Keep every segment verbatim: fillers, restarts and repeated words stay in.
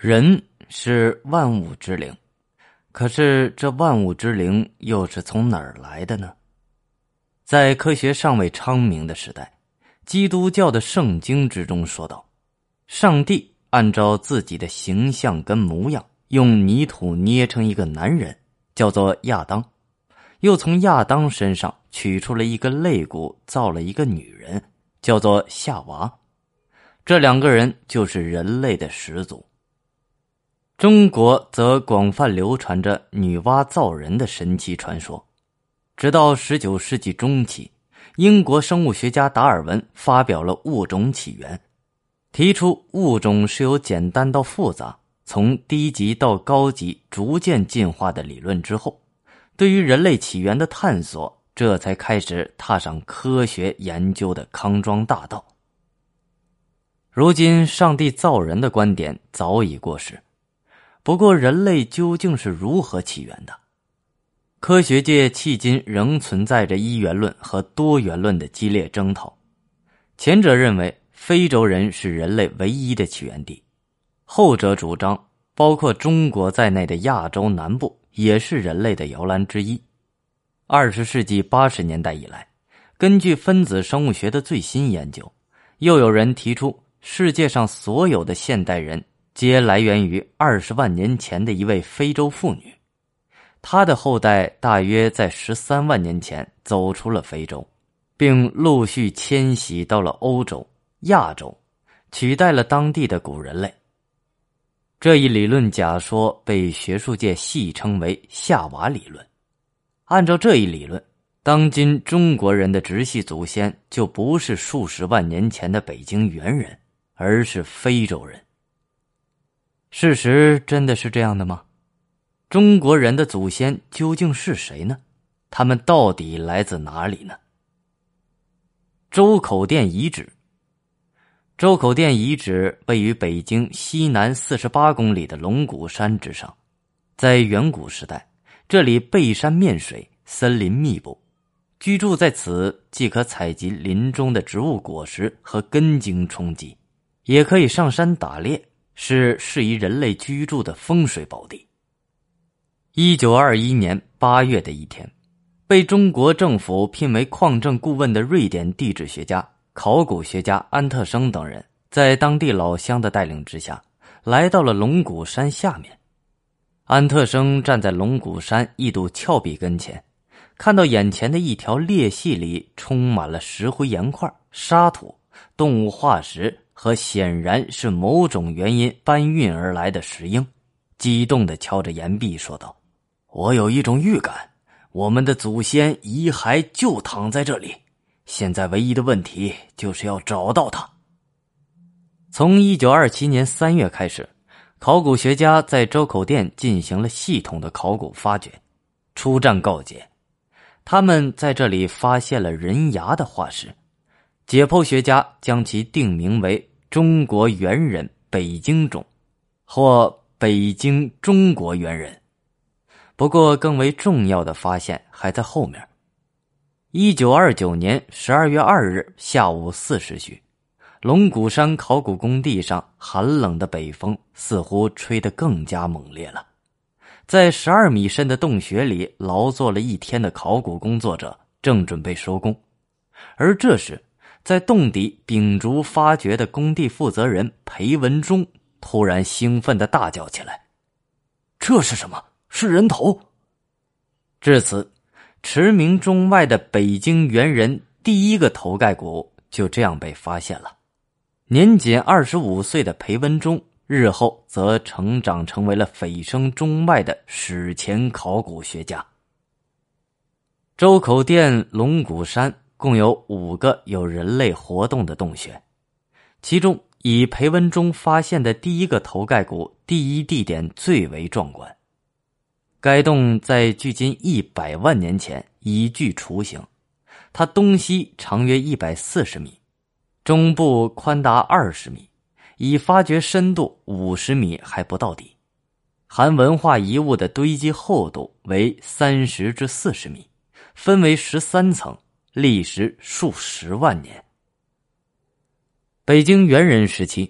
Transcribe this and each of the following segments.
人是万物之灵，可是这万物之灵又是从哪儿来的呢？在科学尚未昌明的时代，基督教的圣经之中说道，上帝按照自己的形象跟模样，用泥土捏成一个男人，叫做亚当，又从亚当身上取出了一个肋骨，造了一个女人，叫做夏娃。这两个人就是人类的始祖。中国则广泛流传着女娲造人的神奇传说，直到十九世纪中期，英国生物学家达尔文发表了《物种起源》，提出物种是由简单到复杂，从低级到高级逐渐进化的理论之后，对于人类起源的探索这才开始踏上科学研究的康庄大道。如今上帝造人的观点早已过时，不过人类究竟是如何起源的？科学界迄今仍存在着一元论和多元论的激烈争讨。前者认为非洲人是人类唯一的起源地，后者主张包括中国在内的亚洲南部也是人类的摇篮之一。二十世纪八十年代以来，根据分子生物学的最新研究，又有人提出世界上所有的现代人皆来源于二十万年前的一位非洲妇女，她的后代大约在十三万年前走出了非洲，并陆续迁徙到了欧洲、亚洲，取代了当地的古人类。这一理论假说被学术界戏称为夏娃理论。按照这一理论，当今中国人的直系祖先就不是数十万年前的北京猿人，而是非洲人。事实真的是这样的吗？中国人的祖先究竟是谁呢？他们到底来自哪里呢？周口店遗址。周口店遗址位于北京西南四十八公里的龙骨山之上，在远古时代，这里背山面水，森林密布，居住在此既可采集林中的植物果实和根茎充饥，也可以上山打猎，是适宜人类居住的风水宝地。一九二一年八月的一天，被中国政府聘为矿政顾问的瑞典地质学家、考古学家安特生等人，在当地老乡的带领之下，来到了龙骨山下面。安特生站在龙骨山一堵峭壁跟前，看到眼前的一条裂隙里充满了石灰岩块、沙土、动物化石和显然是某种原因搬运而来的石英，激动地敲着岩壁说道，我有一种预感，我们的祖先遗骸就躺在这里，现在唯一的问题就是要找到它。从一九二七年三月开始，考古学家在周口店进行了系统的考古发掘。初战告捷，他们在这里发现了人牙的化石，解剖学家将其定名为中国猿人北京种，或北京中国猿人。不过更为重要的发现还在后面。一九二九年十二月二日下午四时许，龙骨山考古工地上寒冷的北风似乎吹得更加猛烈了。在十二米深的洞穴里劳作了一天的考古工作者正准备收工，而这时在洞底秉烛发掘的工地负责人裴文忠突然兴奋地大叫起来，这是什么？是人头！至此，驰名中外的北京猿人第一个头盖骨就这样被发现了。年仅二十五岁的裴文忠日后则成长成为了蜚声中外的史前考古学家。周口店龙骨山共有五个有人类活动的洞穴，其中以裴文忠发现的第一个头盖骨第一地点最为壮观。该洞在距今一百万年前已具雏形，它东西长约一百四十米，中部宽达二十米，已发掘深度五十米还不到底，含文化遗物的堆积厚度为三十至四十米，分为十三层，历时数十万年。北京猿人时期，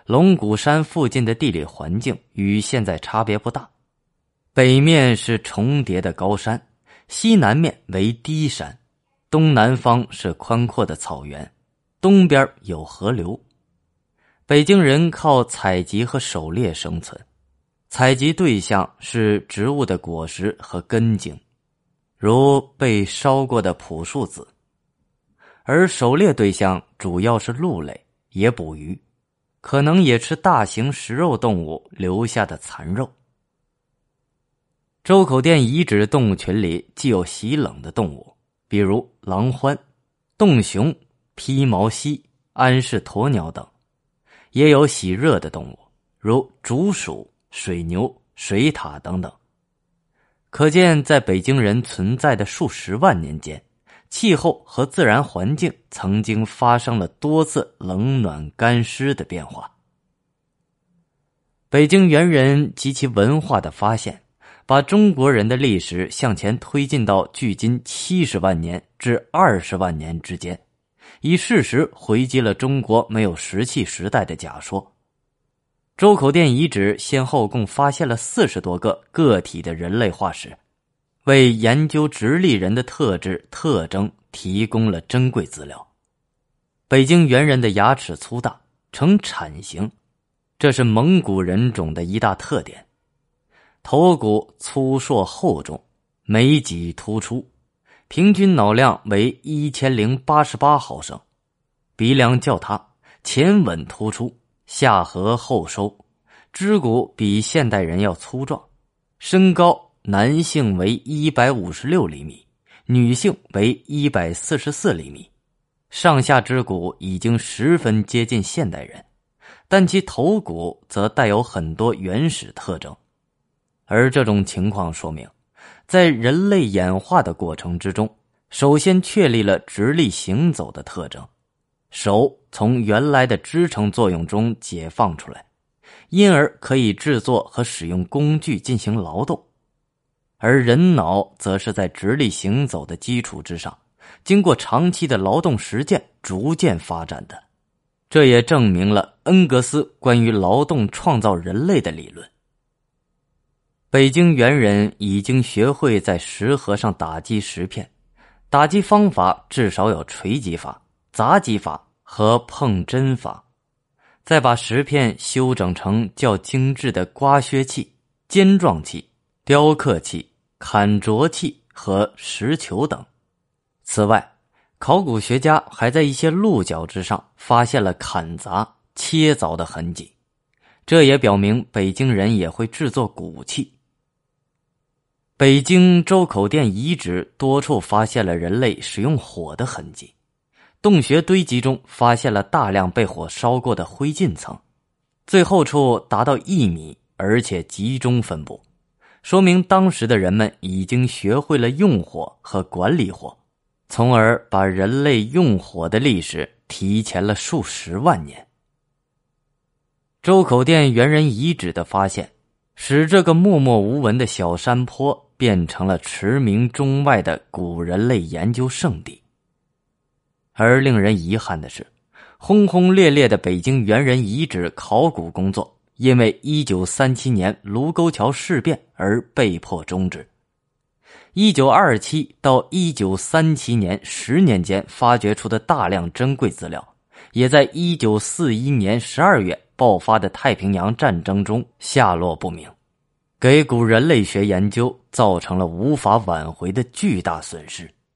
龙骨山附近的地理环境与现在差别不大，北面是重叠的高山，西南面为低山，东南方是宽阔的草原，东边有河流。北京人靠采集和狩猎生存，采集对象是植物的果实和根茎，如被烧过的朴树籽，而狩猎对象主要是鹿类，也捕鱼，可能也吃大型食肉动物留下的残肉。周口店遗址动物群里既有喜冷的动物，比如狼獾、洞熊、披毛犀、安氏鸵鸟等，也有喜热的动物，如竹鼠、水牛、水獭等等。可见在北京人存在的数十万年间，气候和自然环境曾经发生了多次冷暖干湿的变化。北京猿人及其文化的发现，把中国人的历史向前推进到距今七十万年至二十万年之间，以事实回击了中国没有石器时代的假说。周口店遗址先后共发现了四十多个个体的人类化石，为研究直立人的特质特征提供了珍贵资料。北京猿人的牙齿粗大，呈铲形，这是蒙古人种的一大特点。头骨粗硕厚重，眉脊突出，平均脑量为一千零八十八毫升，鼻梁较塌，前吻突出，下颌后收，肢骨比现代人要粗壮，身高男性为一百五十六厘米，女性为一百四十四厘米，上下肢骨已经十分接近现代人，但其头骨则带有很多原始特征。而这种情况说明，在人类演化的过程之中，首先确立了直立行走的特征，手从原来的支撑作用中解放出来，因而可以制作和使用工具进行劳动。而人脑则是在直立行走的基础之上，经过长期的劳动实践逐渐发展的。这也证明了恩格斯关于劳动创造人类的理论。北京猿人已经学会在石盒上打击石片，打击方法至少有锤击法、砸击法和碰针法，再把石片修整成较精致的刮削器、尖状器、雕刻器、砍琢器和石球等。此外，考古学家还在一些鹿角之上发现了砍砸、切凿的痕迹，这也表明北京人也会制作骨器。北京周口店遗址多处发现了人类使用火的痕迹，洞穴堆积中发现了大量被火烧过的灰烬层，最后处达到一米，而且集中分布，说明当时的人们已经学会了用火和管理火，从而把人类用火的历史提前了数十万年。周口店猿人遗址的发现，使这个默默无闻的小山坡变成了驰名中外的古人类研究圣地。而令人遗憾的是，轰轰烈烈的北京猿人遗址考古工作因为一九三七年卢沟桥事变而被迫终止。一九二七到一九三七年十年间发掘出的大量珍贵资料，也在一九四一年十二月爆发的太平洋战争中下落不明，给古人类学研究造成了无法挽回的巨大损失。